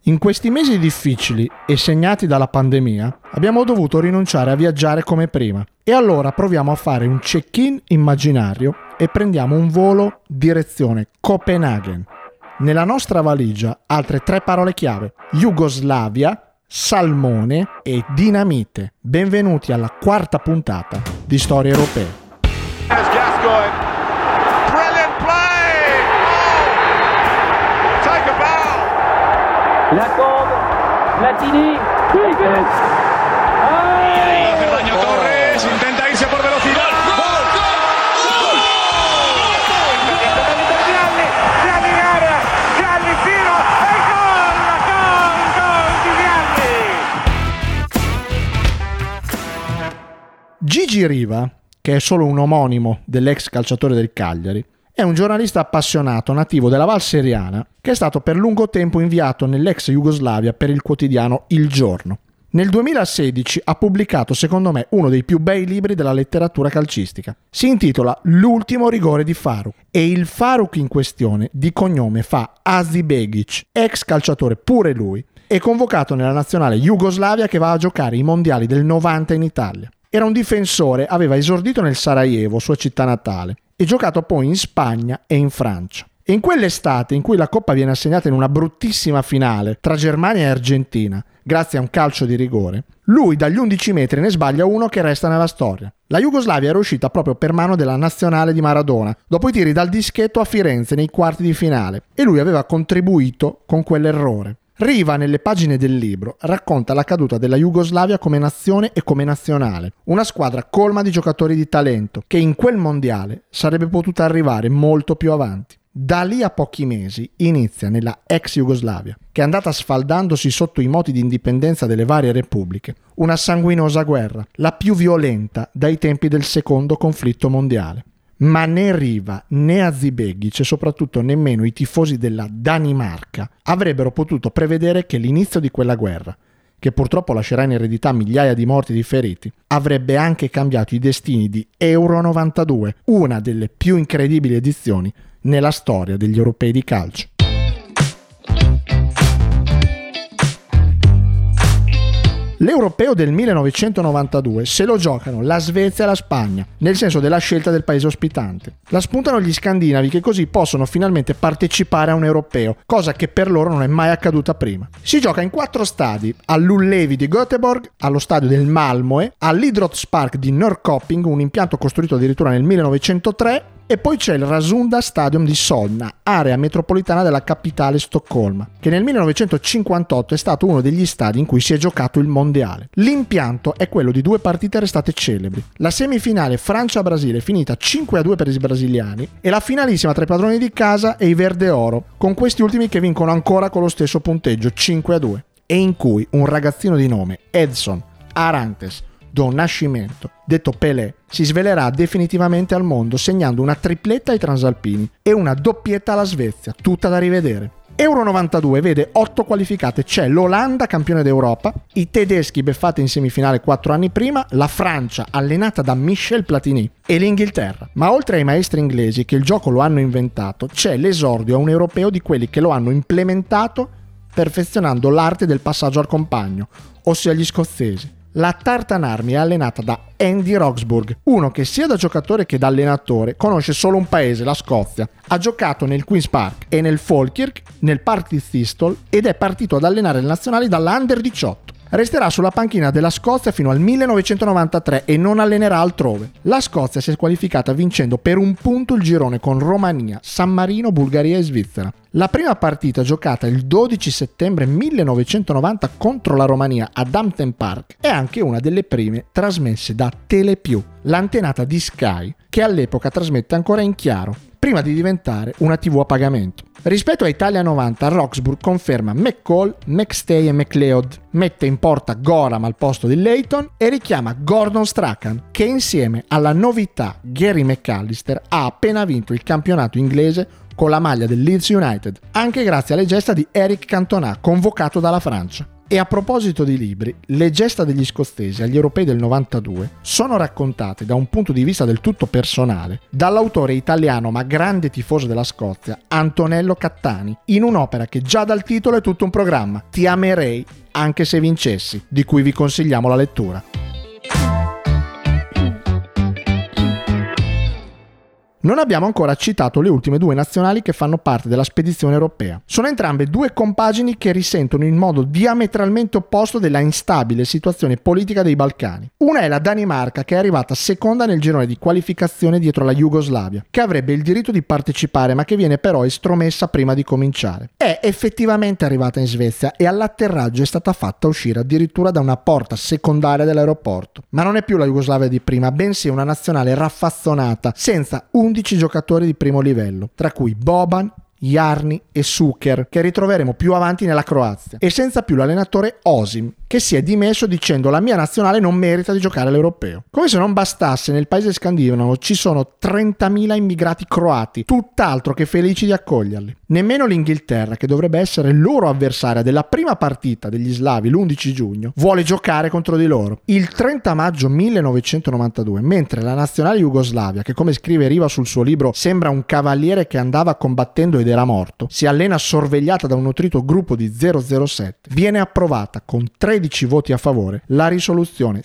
In questi mesi difficili e segnati dalla pandemia, abbiamo dovuto rinunciare a viaggiare come prima. E allora proviamo a fare un check-in immaginario e prendiamo un volo direzione Copenaghen. Nella nostra valigia altre 3 parole chiave: Jugoslavia, salmone e dinamite. Benvenuti alla 4ª puntata di Storie Europee. Brilliant play! Oh! Take a bow! La Combe, Platini, Piquet. El baño Torres intenta irse por velocidad. Gigi Riva, che è solo un omonimo dell'ex calciatore del Cagliari, è un giornalista appassionato nativo della Val Seriana che è stato per lungo tempo inviato nell'ex Jugoslavia per il quotidiano Il Giorno. Nel 2016 ha pubblicato, secondo me, uno dei più bei libri della letteratura calcistica. Si intitola L'ultimo rigore di Faruk e il Faruk in questione di cognome fa Hadzibegic, ex calciatore pure lui, e convocato nella nazionale Jugoslavia che va a giocare i mondiali del 90 in Italia. Era un difensore, aveva esordito nel Sarajevo, sua città natale, e giocato poi in Spagna e in Francia. E in quell'estate in cui la Coppa viene assegnata in una bruttissima finale tra Germania e Argentina, grazie a un calcio di rigore, lui dagli 11 metri ne sbaglia uno che resta nella storia. La Jugoslavia era uscita proprio per mano della nazionale di Maradona, dopo i tiri dal dischetto a Firenze nei quarti di finale, e lui aveva contribuito con quell'errore. Riva, nelle pagine del libro, racconta la caduta della Jugoslavia come nazione e come nazionale, una squadra colma di giocatori di talento che in quel mondiale sarebbe potuta arrivare molto più avanti. Da lì a pochi mesi inizia nella ex Jugoslavia, che è andata sfaldandosi sotto i moti di indipendenza delle varie repubbliche, una sanguinosa guerra, la più violenta dai tempi del secondo conflitto mondiale. Ma né Riva né Hadzibegic e soprattutto nemmeno i tifosi della Danimarca avrebbero potuto prevedere che l'inizio di quella guerra, che purtroppo lascerà in eredità migliaia di morti e di feriti, avrebbe anche cambiato i destini di Euro 92, una delle più incredibili edizioni nella storia degli europei di calcio. L'europeo del 1992 se lo giocano la Svezia e la Spagna, nel senso della scelta del paese ospitante. La spuntano gli scandinavi che così possono finalmente partecipare a un europeo, cosa che per loro non è mai accaduta prima. Si gioca in 4 stadi, all'Ullevi di Göteborg, allo stadio del Malmö, all'Idrottspark di Norrköping, un impianto costruito addirittura nel 1903, e poi c'è il Rasunda Stadium di Solna, area metropolitana della capitale Stoccolma, che nel 1958 è stato uno degli stadi in cui si è giocato il mondiale. L'impianto è quello di 2 partite restate celebri. La semifinale Francia-Brasile finita 5-2 per i brasiliani e la finalissima tra i padroni di casa e i Verde Oro, con questi ultimi che vincono ancora con lo stesso punteggio 5-2, e in cui un ragazzino di nome Edson Arantes do Nascimento, detto Pelé, si svelerà definitivamente al mondo segnando una tripletta ai transalpini e una doppietta alla Svezia, tutta da rivedere. Euro 92 vede 8 qualificate, c'è l'Olanda campione d'Europa, i tedeschi beffati in semifinale 4 anni prima, la Francia allenata da Michel Platini e l'Inghilterra. Ma oltre ai maestri inglesi che il gioco lo hanno inventato, c'è l'esordio a un europeo di quelli che lo hanno implementato perfezionando l'arte del passaggio al compagno, ossia gli scozzesi. La Tartan Army è allenata da Andy Roxburgh, uno che sia da giocatore che da allenatore conosce solo un paese, la Scozia. Ha giocato nel Queen's Park e nel Falkirk, nel Partick Thistle ed è partito ad allenare le nazionali dall'Under 18. Resterà sulla panchina della Scozia fino al 1993 e non allenerà altrove. La Scozia si è qualificata vincendo per 1 punto il girone con Romania, San Marino, Bulgaria e Svizzera. La prima partita giocata il 12 settembre 1990 contro la Romania ad Hampden Park è anche una delle prime trasmesse da Telepiù, l'antenata di Sky, che all'epoca trasmette ancora in chiaro, prima di diventare una TV a pagamento. Rispetto a Italia 90, Roxburgh conferma McCall, McStay e McLeod, mette in porta Gorham al posto di Leighton e richiama Gordon Strachan, che insieme alla novità Gary McAllister ha appena vinto il campionato inglese con la maglia del Leeds United, anche grazie alle gesta di Eric Cantona, convocato dalla Francia. E a proposito di libri, le gesta degli scozzesi agli europei del 92 sono raccontate da un punto di vista del tutto personale dall'autore italiano ma grande tifoso della Scozia, Antonello Cattani, in un'opera che già dal titolo è tutto un programma, Ti amerei anche se vincessi, di cui vi consigliamo la lettura. Non abbiamo ancora citato le ultime due nazionali che fanno parte della spedizione europea. Sono entrambe due compagini che risentono in modo diametralmente opposto della instabile situazione politica dei Balcani. Una è la Danimarca, che è arrivata seconda nel girone di qualificazione dietro la Jugoslavia, che avrebbe il diritto di partecipare ma che viene però estromessa prima di cominciare. È effettivamente arrivata in Svezia e all'atterraggio è stata fatta uscire addirittura da una porta secondaria dell'aeroporto. Ma non è più la Jugoslavia di prima, bensì una nazionale raffazzonata, senza 11 giocatori di primo livello, tra cui Boban, Jarni e Suker, che ritroveremo più avanti nella Croazia, e senza più l'allenatore Osim, che si è dimesso dicendo la mia nazionale non merita di giocare all'europeo. Come se non bastasse, nel paese scandinavo ci sono 30.000 immigrati croati, tutt'altro che felici di accoglierli. Nemmeno l'Inghilterra, che dovrebbe essere loro avversaria della prima partita degli slavi l'11 giugno, vuole giocare contro di loro. Il 30 maggio 1992, mentre la nazionale Jugoslavia, che come scrive Riva sul suo libro sembra un cavaliere che andava combattendo ed era morto, si allena sorvegliata da un nutrito gruppo di 007, viene approvata con 13 voti a favore la risoluzione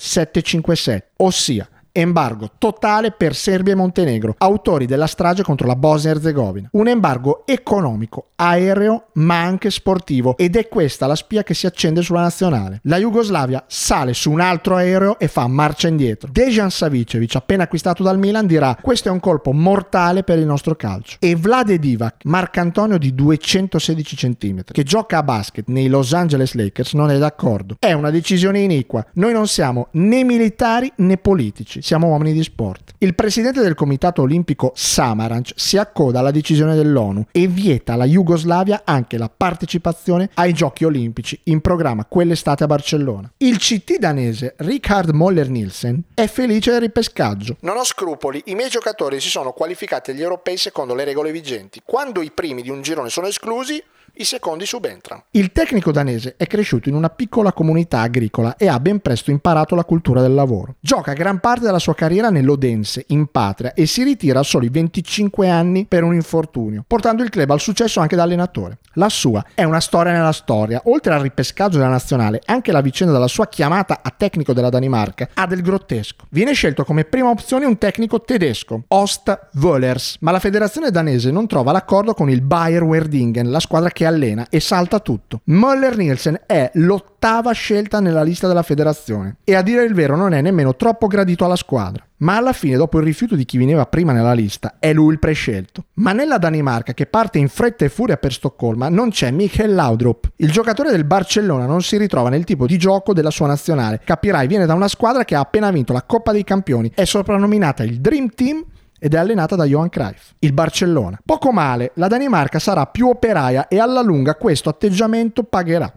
757, ossia embargo totale per Serbia e Montenegro, autori della strage contro la Bosnia-Herzegovina. Un embargo economico, aereo, ma anche sportivo, ed è questa la spia che si accende sulla nazionale. La Jugoslavia sale su un altro aereo e fa marcia indietro. Dejan Savicevic, appena acquistato dal Milan, dirà: questo è un colpo mortale per il nostro calcio. E Vlade Divac, Marcantonio di 216 cm, che gioca a basket nei Los Angeles Lakers, non è d'accordo. È una decisione iniqua. Noi non siamo né militari né politici. Siamo uomini di sport. Il presidente del comitato olimpico Samaranch si accoda alla decisione dell'ONU e vieta alla Jugoslavia anche la partecipazione ai giochi olimpici in programma quell'estate a Barcellona. Il CT danese Richard Moller Nielsen è felice del ripescaggio. Non ho scrupoli, i miei giocatori si sono qualificati agli europei secondo le regole vigenti. Quando i primi di un girone sono esclusi, i secondi subentrano. Il tecnico danese è cresciuto in una piccola comunità agricola e ha ben presto imparato la cultura del lavoro. Gioca gran parte della sua carriera nell'Odense, in patria, e si ritira a soli 25 anni per un infortunio, portando il club al successo anche da allenatore. La sua è una storia nella storia. Oltre al ripescaggio della nazionale, anche la vicenda della sua chiamata a tecnico della Danimarca ha del grottesco. Viene scelto come prima opzione un tecnico tedesco, Ost Wöhlers, ma la federazione danese non trova l'accordo con il Bayer Werdingen, la squadra che allena, e salta tutto. Moller Nielsen è l'ottava scelta nella lista della federazione e, a dire il vero, non è nemmeno troppo gradito alla squadra. Ma alla fine, dopo il rifiuto di chi veniva prima nella lista, è lui il prescelto. Ma nella Danimarca, che parte in fretta e furia per Stoccolma, non c'è Michael Laudrup. Il giocatore del Barcellona non si ritrova nel tipo di gioco della sua nazionale. Capirai, viene da una squadra che ha appena vinto la Coppa dei Campioni, è soprannominata il Dream Team ed è allenata da Johan Cruyff. Il Barcellona. Poco male, la Danimarca sarà più operaia e alla lunga questo atteggiamento pagherà.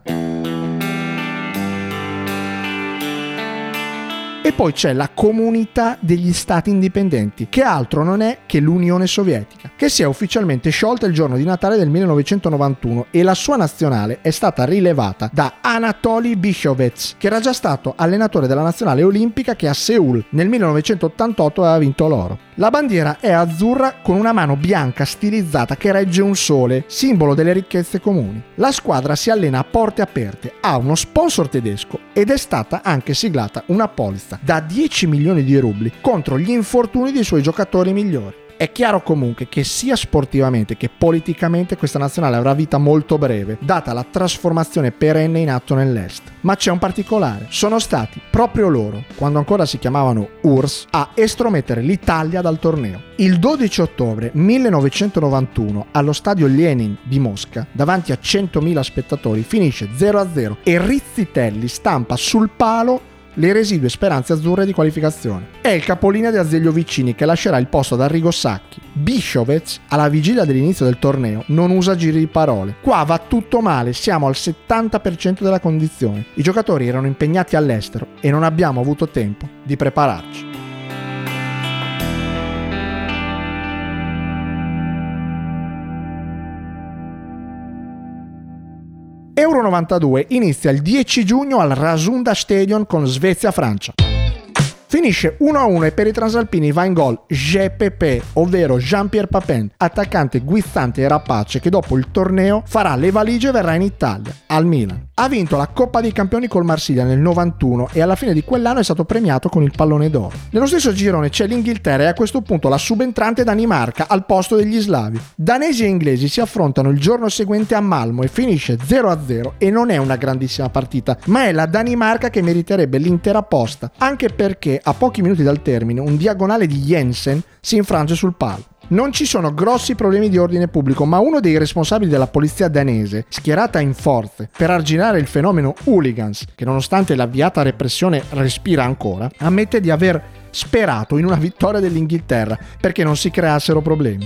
E poi c'è la Comunità degli Stati Indipendenti, che altro non è che l'Unione Sovietica, che si è ufficialmente sciolta il giorno di Natale del 1991 e la sua nazionale è stata rilevata da Anatoly Bishovets, che era già stato allenatore della nazionale olimpica che a Seul nel 1988 aveva vinto l'oro. La bandiera è azzurra con una mano bianca stilizzata che regge un sole, simbolo delle ricchezze comuni. La squadra si allena a porte aperte, ha uno sponsor tedesco ed è stata anche siglata una polizza da 10 milioni di rubli contro gli infortuni dei suoi giocatori migliori. È chiaro comunque che sia sportivamente che politicamente questa nazionale avrà vita molto breve, data la trasformazione perenne in atto nell'Est. Ma c'è un particolare: sono stati proprio loro, quando ancora si chiamavano URSS, a estromettere l'Italia dal torneo. Il 12 ottobre 1991, allo stadio Lenin di Mosca, davanti a 100.000 spettatori, finisce 0-0 e Rizzitelli stampa sul palo le residue speranze azzurre di qualificazione. È il capolinea di Azeglio Vicini che lascerà il posto ad Arrigo Sacchi. Bishovets, alla vigilia dell'inizio del torneo, non usa giri di parole. Qua va tutto male, siamo al 70% della condizione. I giocatori erano impegnati all'estero e non abbiamo avuto tempo di prepararci. L'Euro 92 inizia il 10 giugno al Rasunda Stadion con Svezia-Francia. Finisce 1-1 e per i transalpini va in gol GPP, ovvero Jean-Pierre Papin, attaccante guizzante e rapace che dopo il torneo farà le valigie e verrà in Italia, al Milan. Ha vinto la Coppa dei Campioni col Marsiglia nel 91 e alla fine di quell'anno è stato premiato con il pallone d'oro. Nello stesso girone c'è l'Inghilterra e a questo punto la subentrante Danimarca al posto degli slavi. Danesi e inglesi si affrontano il giorno seguente a Malmo e finisce 0-0 e non è una grandissima partita, ma è la Danimarca che meriterebbe l'intera posta, anche perché a pochi minuti dal termine un diagonale di Jensen si infrange sul palo. Non ci sono grossi problemi di ordine pubblico, ma uno dei responsabili della polizia danese, schierata in forze per arginare il fenomeno hooligans, che nonostante l'avviata repressione respira ancora, ammette di aver sperato in una vittoria dell'Inghilterra perché non si creassero problemi.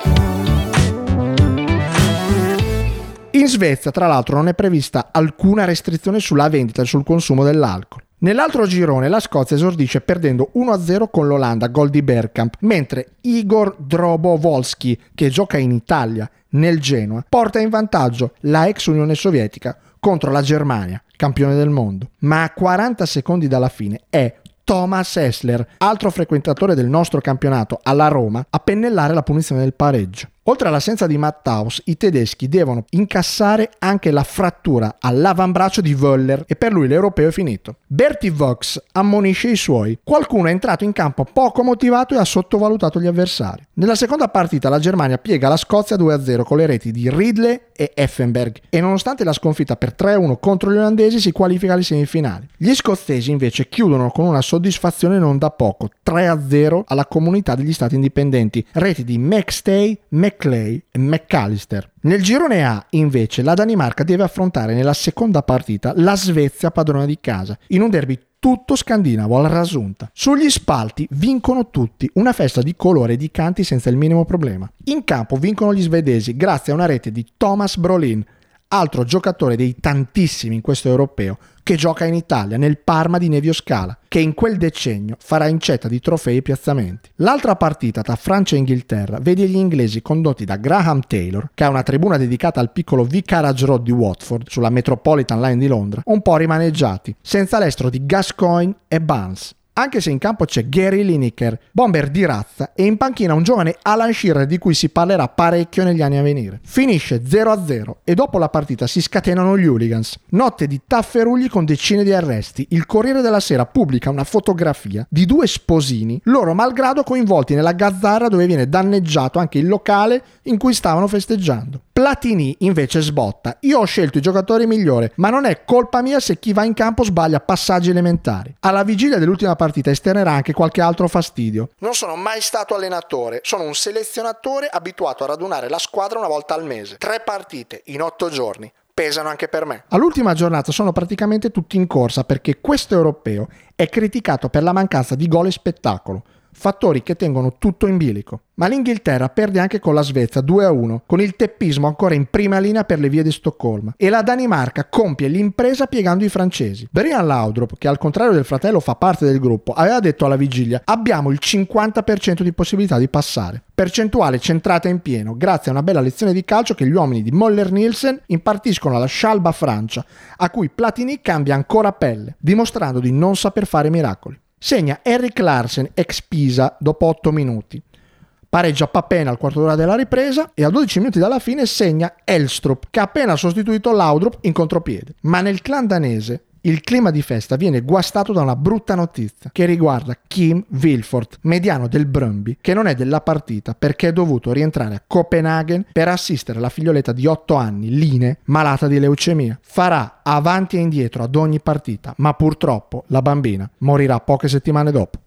In Svezia, tra l'altro, non è prevista alcuna restrizione sulla vendita e sul consumo dell'alcol. Nell'altro girone la Scozia esordisce perdendo 1-0 con l'Olanda, gol di Bergkamp, mentre Igor Drobowolski, che gioca in Italia, nel Genoa, porta in vantaggio la ex Unione Sovietica contro la Germania, campione del mondo. Ma a 40 secondi dalla fine è Thomas Hessler, altro frequentatore del nostro campionato alla Roma, a pennellare la punizione del pareggio. Oltre all'assenza di Matthaus, i tedeschi devono incassare anche la frattura all'avambraccio di Wöller e per lui l'europeo è finito. Bertie Vogts ammonisce i suoi. Qualcuno è entrato in campo poco motivato e ha sottovalutato gli avversari. Nella seconda partita la Germania piega la Scozia 2-0 con le reti di Ridley e Effenberg e nonostante la sconfitta per 3-1 contro gli olandesi si qualifica alle semifinali. Gli scozzesi invece chiudono con una soddisfazione non da poco, 3-0 alla Comunità degli Stati Indipendenti, reti di McStay, McClay e McAllister. Nel girone A, invece, la Danimarca deve affrontare nella seconda partita la Svezia padrona di casa, in un derby tutto scandinavo al Rasunta. Sugli spalti vincono tutti, una festa di colore e di canti senza il minimo problema. In campo vincono gli svedesi grazie a una rete di Thomas Brolin, altro giocatore dei tantissimi in questo europeo, che gioca in Italia, nel Parma di Nevio Scala, che in quel decennio farà incetta di trofei e piazzamenti. L'altra partita tra Francia e Inghilterra vede gli inglesi condotti da Graham Taylor, che ha una tribuna dedicata al piccolo Vicarage Road di Watford, sulla Metropolitan Line di Londra, un po' rimaneggiati, senza l'estro di Gascoigne e Barnes. Anche se in campo c'è Gary Lineker, bomber di razza, e in panchina un giovane Alan Shearer di cui si parlerà parecchio negli anni a venire. Finisce 0-0 e dopo la partita si scatenano gli hooligans. Notte di tafferugli con decine di arresti. Il Corriere della Sera pubblica una fotografia di due sposini, loro malgrado coinvolti nella gazzarra dove viene danneggiato anche il locale in cui stavano festeggiando. Platini invece sbotta: io ho scelto i giocatori migliori, ma non è colpa mia se chi va in campo sbaglia passaggi elementari. Alla vigilia dell'ultima partita esternerà anche qualche altro fastidio. Non sono mai stato allenatore, sono un selezionatore abituato a radunare la squadra una volta al mese. 3 partite in 8 giorni. Pesano anche per me. All'ultima giornata sono praticamente tutti in corsa perché questo europeo è criticato per la mancanza di gol e spettacolo. Fattori che tengono tutto in bilico. Ma l'Inghilterra perde anche con la Svezia 2-1, con il teppismo ancora in prima linea per le vie di Stoccolma. E la Danimarca compie l'impresa piegando i francesi. Brian Laudrup, che al contrario del fratello fa parte del gruppo, aveva detto alla vigilia: abbiamo il 50% di possibilità di passare. Percentuale centrata in pieno, grazie a una bella lezione di calcio che gli uomini di Möller-Nielsen impartiscono alla scialba Francia, a cui Platini cambia ancora pelle, dimostrando di non saper fare miracoli. Segna Henrik Larsen ex Pisa dopo 8 minuti. Pareggia Papin al quarto d'ora della ripresa e a 12 minuti dalla fine segna Elstrup, che ha appena sostituito Laudrup in contropiede. Ma nel clan danese il clima di festa viene guastato da una brutta notizia che riguarda Kim Vilfort, mediano del Brøndby, che non è della partita perché è dovuto rientrare a Copenaghen per assistere la figlioletta di 8 anni, Line, malata di leucemia. Farà avanti e indietro ad ogni partita, ma purtroppo la bambina morirà poche settimane dopo.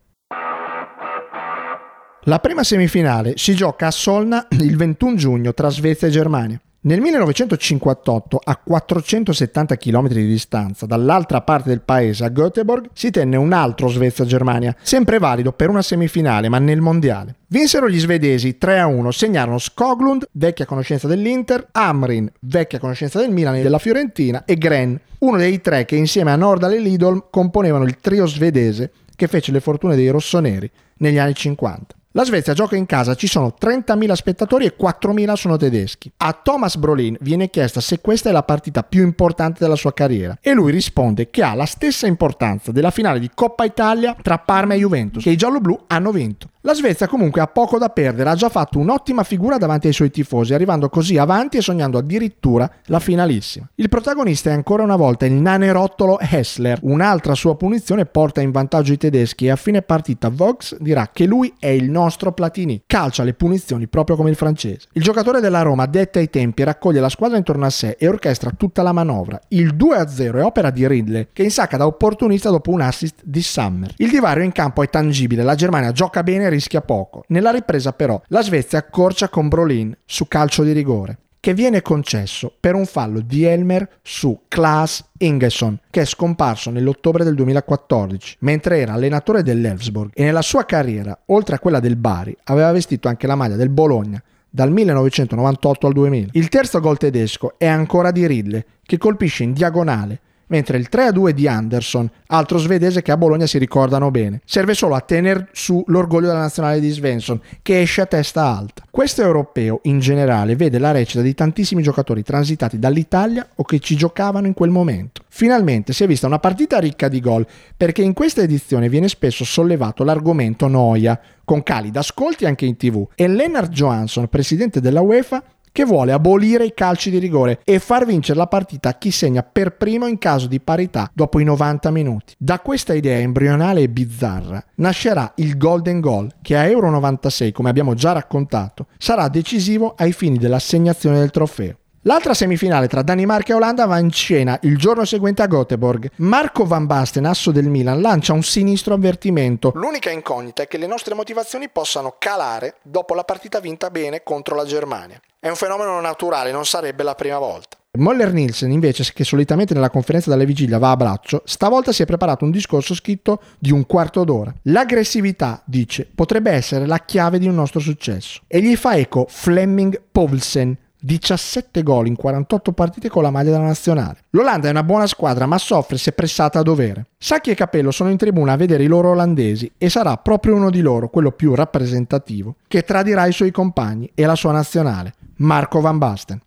La prima semifinale si gioca a Solna il 21 giugno tra Svezia e Germania. Nel 1958, a 470 km di distanza dall'altra parte del paese, a Göteborg, si tenne un altro Svezia-Germania, sempre valido per una semifinale, ma nel mondiale. Vinsero gli svedesi 3-1, segnarono Skoglund, vecchia conoscenza dell'Inter, Hamrin, vecchia conoscenza del Milan e della Fiorentina, e Gren, uno dei 3 che insieme a Nordahl e Lidholm componevano il trio svedese che fece le fortune dei rossoneri negli anni 50. La Svezia gioca in casa, ci sono 30.000 spettatori e 4.000 sono tedeschi. A Thomas Brolin viene chiesta se questa è la partita più importante della sua carriera e lui risponde che ha la stessa importanza della finale di Coppa Italia tra Parma e Juventus, che i gialloblu hanno vinto. La Svezia comunque ha poco da perdere, ha già fatto un'ottima figura davanti ai suoi tifosi, arrivando così avanti e sognando addirittura la finalissima. Il protagonista è ancora una volta il nanerottolo Hessler. Un'altra sua punizione porta in vantaggio i tedeschi e a fine partita Vox dirà che lui è il nostro Platini, calcia le punizioni proprio come il francese. Il giocatore della Roma, detta ai tempi, raccoglie la squadra intorno a sé e orchestra tutta la manovra. Il 2-0 è opera di Ridley, che insacca da opportunista dopo un assist di Sommer. Il divario in campo è tangibile, la Germania gioca bene, rischia poco. Nella ripresa però la Svezia accorcia con Brolin su calcio di rigore, che viene concesso per un fallo di Elmer su Klaas Ingesson, che è scomparso nell'ottobre del 2014 mentre era allenatore dell'Elfsborg e nella sua carriera, oltre a quella del Bari, aveva vestito anche la maglia del Bologna dal 1998 al 2000. Il terzo gol tedesco è ancora di Ridley, che colpisce in diagonale, mentre il 3-2 di Anderson, altro svedese che a Bologna si ricordano bene, serve solo a tenere su l'orgoglio della nazionale di Svensson, che esce a testa alta. Questo europeo, in generale, vede la recita di tantissimi giocatori transitati dall'Italia o che ci giocavano in quel momento. Finalmente si è vista una partita ricca di gol, perché in questa edizione viene spesso sollevato l'argomento noia, con cali d'ascolti anche in TV, e Lennart Johansson, presidente della UEFA, che vuole abolire i calci di rigore e far vincere la partita a chi segna per primo in caso di parità dopo i 90 minuti. Da questa idea embrionale e bizzarra nascerà il Golden Goal, che a Euro 96, come abbiamo già raccontato, sarà decisivo ai fini dell'assegnazione del trofeo. L'altra semifinale tra Danimarca e Olanda va in scena il giorno seguente a Göteborg. Marco Van Basten, asso del Milan, lancia un sinistro avvertimento. L'unica incognita è che le nostre motivazioni possano calare dopo la partita vinta bene contro la Germania. È un fenomeno naturale, non sarebbe la prima volta. Möller Nielsen, invece, che solitamente nella conferenza dalla vigilia va a braccio, stavolta si è preparato un discorso scritto di un quarto d'ora. L'aggressività, dice, potrebbe essere la chiave di un nostro successo. E gli fa eco Flemming Poulsen, 17 gol in 48 partite con la maglia della nazionale. L'Olanda è una buona squadra, ma soffre se pressata a dovere. Sacchi e Capello sono in tribuna a vedere i loro olandesi e sarà proprio uno di loro, quello più rappresentativo, che tradirà i suoi compagni e la sua nazionale, Marco Van Basten.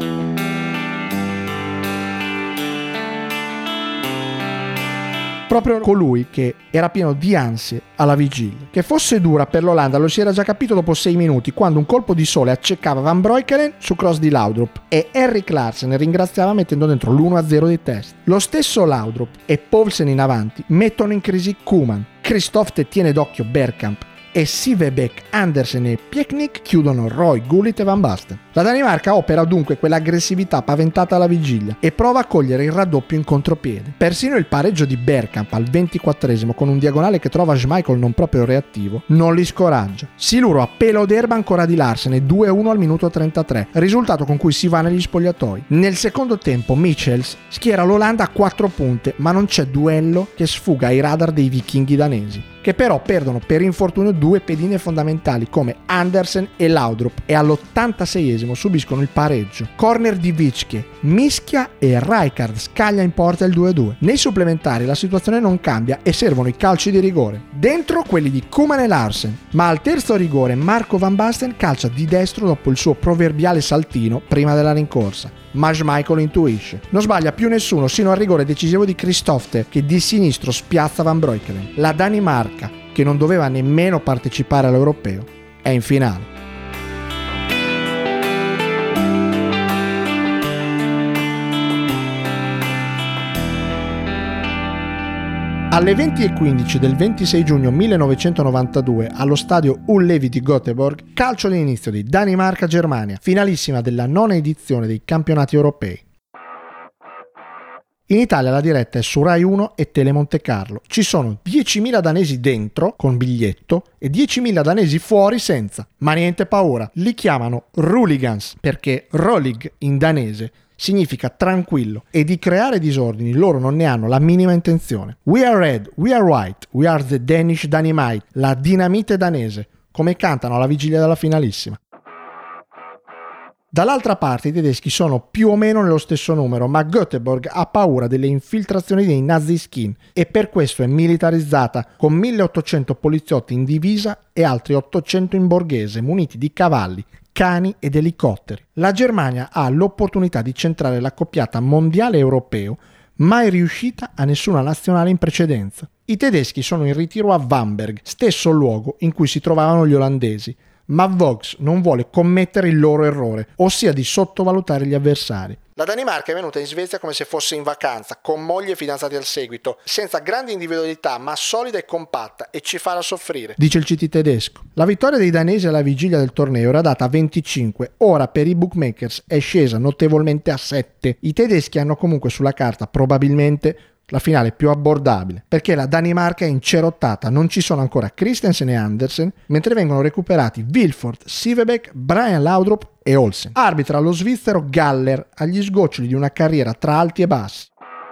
Proprio colui che era pieno di ansie alla vigilia. Che fosse dura per l'Olanda lo si era già capito dopo 6 minuti, quando un colpo di sole accecava Van Breukelen su cross di Laudrup e Henrik Larsen ringraziava mettendo dentro l'1-0 di testa. Lo stesso Laudrup e Poulsen in avanti mettono in crisi Koeman. Christophe tiene d'occhio Bergkamp e Sivebæk, Andersen e Pieknik chiudono Roy, Gullit e Van Basten. La Danimarca opera dunque quell'aggressività paventata alla vigilia e prova a cogliere il raddoppio in contropiede. Persino il pareggio di Bergkamp al 24esimo con un diagonale che trova Schmeichel non proprio reattivo non li scoraggia. Siluro a pelo d'erba ancora di Larsen e 2-1 al minuto 33, risultato con cui si va negli spogliatoi. Nel secondo tempo Michels schiera l'Olanda a 4 punte, ma non c'è duello che sfuga ai radar dei vichinghi danesi, che però perdono per infortunio 2 pedine fondamentali come Andersen e Laudrup e all'86esimo subiscono il pareggio. Corner di Witschke, mischia e Rijkaard scaglia in porta il 2-2. Nei supplementari la situazione non cambia e servono i calci di rigore. Dentro quelli di Koeman e Larsen, ma al terzo rigore Marco Van Basten calcia di destro dopo il suo proverbiale saltino prima della rincorsa. Ma Schmeichel intuisce. Non sbaglia più nessuno sino al rigore decisivo di Christophe, che di sinistro spiazza Van Breukelen. La Danimarca, che non doveva nemmeno partecipare all'Europeo, è in finale. Alle 20:15 del 26 giugno 1992, allo stadio Ullevi di Göteborg, calcio d'inizio di Danimarca-Germania, finalissima della 9ª edizione dei campionati europei. In Italia la diretta è su Rai 1 e Tele Monte Carlo. Ci sono 10.000 danesi dentro, con biglietto, e 10.000 danesi fuori senza. Ma niente paura, li chiamano Rooligans, perché Rolig in danese significa tranquillo e di creare disordini loro non ne hanno la minima intenzione. We are red, we are white, we are the Danish dynamite, la dinamite danese, come cantano alla vigilia della finalissima. Dall'altra parte i tedeschi sono più o meno nello stesso numero, ma Göteborg ha paura delle infiltrazioni dei Nazischkin e per questo è militarizzata con 1800 poliziotti in divisa e altri 800 in borghese muniti di cavalli, cani ed elicotteri. La Germania ha l'opportunità di centrare l'accoppiata mondiale europeo, mai riuscita a nessuna nazionale in precedenza. I tedeschi sono in ritiro a Bamberg, stesso luogo in cui si trovavano gli olandesi, ma Vogts non vuole commettere il loro errore, ossia di sottovalutare gli avversari. La Danimarca è venuta in Svezia come se fosse in vacanza, con moglie e fidanzati al seguito, senza grandi individualità ma solida e compatta, e ci farà soffrire, dice il CT tedesco. La vittoria dei danesi alla vigilia del torneo era data a 25, ora per i bookmakers è scesa notevolmente a 7. I tedeschi hanno comunque sulla carta probabilmente la finale più abbordabile, perché la Danimarca è incerottata, non ci sono ancora Christensen e Andersen, mentre vengono recuperati Vilfort, Sivebæk, Brian Laudrup e Olsen. Arbitra lo svizzero Galler agli sgoccioli di una carriera tra alti e bassi.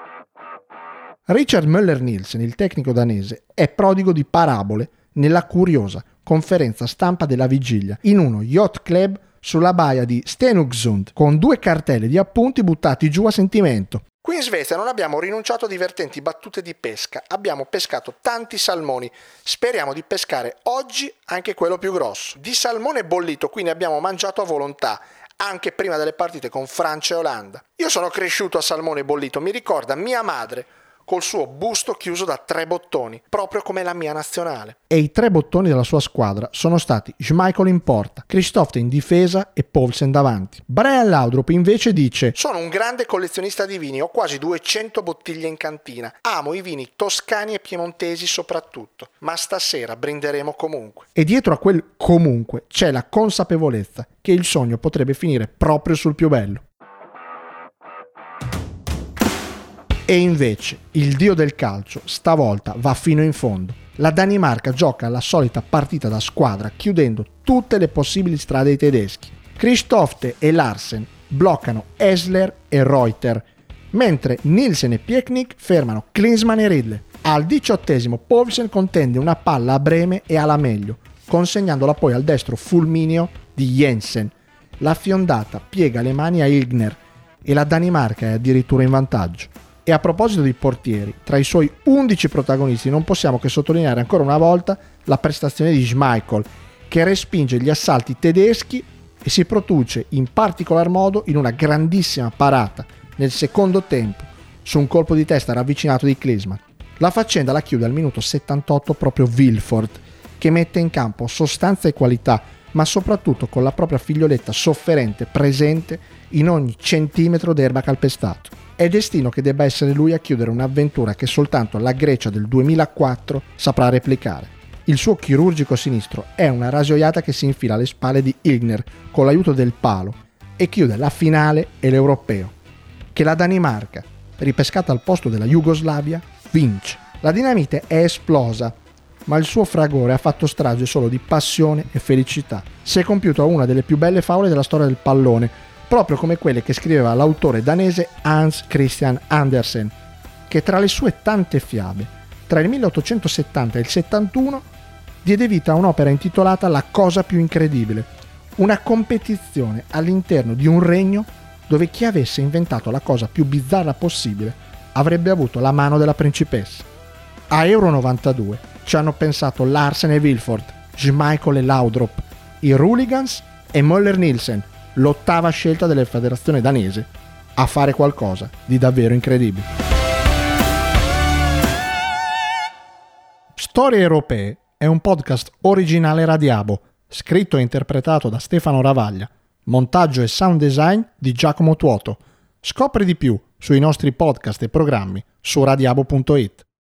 Richard Møller-Nielsen, il tecnico danese, è prodigo di parabole nella curiosa conferenza stampa della vigilia in uno yacht club sulla baia di Stenungsund, con 2 cartelle di appunti buttati giù a sentimento. Qui in Svezia non abbiamo rinunciato a divertenti battute di pesca, abbiamo pescato tanti salmoni, speriamo di pescare oggi anche quello più grosso. Di salmone bollito qui ne abbiamo mangiato a volontà, anche prima delle partite con Francia e Olanda. Io sono cresciuto a salmone bollito, mi ricorda mia madre col suo busto chiuso da 3 bottoni, proprio come la mia nazionale. E i 3 bottoni della sua squadra sono stati Schmeichel in porta, Christofte in difesa e Poulsen davanti. Brian Laudrup invece dice: sono un grande collezionista di vini, ho quasi 200 bottiglie in cantina, amo i vini toscani e piemontesi soprattutto, ma stasera brinderemo comunque. E dietro a quel comunque c'è la consapevolezza che il sogno potrebbe finire proprio sul più bello. E invece il dio del calcio stavolta va fino in fondo. La Danimarca gioca la solita partita da squadra chiudendo tutte le possibili strade ai tedeschi. Christofte e Larsen bloccano Esler e Reuter, mentre Nielsen e Pieknik fermano Klinsmann e Ridley. Al 18° Poulsen contende una palla a Breme e alla meglio, consegnandola poi al destro fulmineo di Jensen. La fiondata piega le mani a Ilgner e la Danimarca è addirittura in vantaggio. E a proposito di portieri, tra i suoi 11 protagonisti non possiamo che sottolineare ancora una volta la prestazione di Schmeichel, che respinge gli assalti tedeschi e si produce in particolar modo in una grandissima parata nel secondo tempo su un colpo di testa ravvicinato di Klinsmann. La faccenda la chiude al minuto 78 proprio Vilfort, che mette in campo sostanza e qualità, ma soprattutto con la propria figlioletta sofferente presente in ogni centimetro d'erba calpestato. È destino che debba essere lui a chiudere un'avventura che soltanto la Grecia del 2004 saprà replicare. Il suo chirurgico sinistro è una rasoiata che si infila alle spalle di Ilgner con l'aiuto del palo e chiude la finale e l'europeo, che la Danimarca, ripescata al posto della Jugoslavia, vince. La dinamite è esplosa, ma il suo fragore ha fatto strage solo di passione e felicità. Si è compiuta una delle più belle favole della storia del pallone, proprio come quelle che scriveva l'autore danese Hans Christian Andersen, che tra le sue tante fiabe, tra il 1870 e il 71, diede vita a un'opera intitolata La cosa più incredibile, una competizione all'interno di un regno dove chi avesse inventato la cosa più bizzarra possibile avrebbe avuto la mano della principessa. A Euro 92 ci hanno pensato Larsen e Vilfort, Schmeichel e Laudrup, i Rooligans e Møller-Nielsen, l'8ª scelta della federazione danese, a fare qualcosa di davvero incredibile. Storie Europee è un podcast originale Radiabo, scritto e interpretato da Stefano Ravaglia, montaggio e sound design di Giacomo Tuoto. Scopri di più sui nostri podcast e programmi su radiabo.it.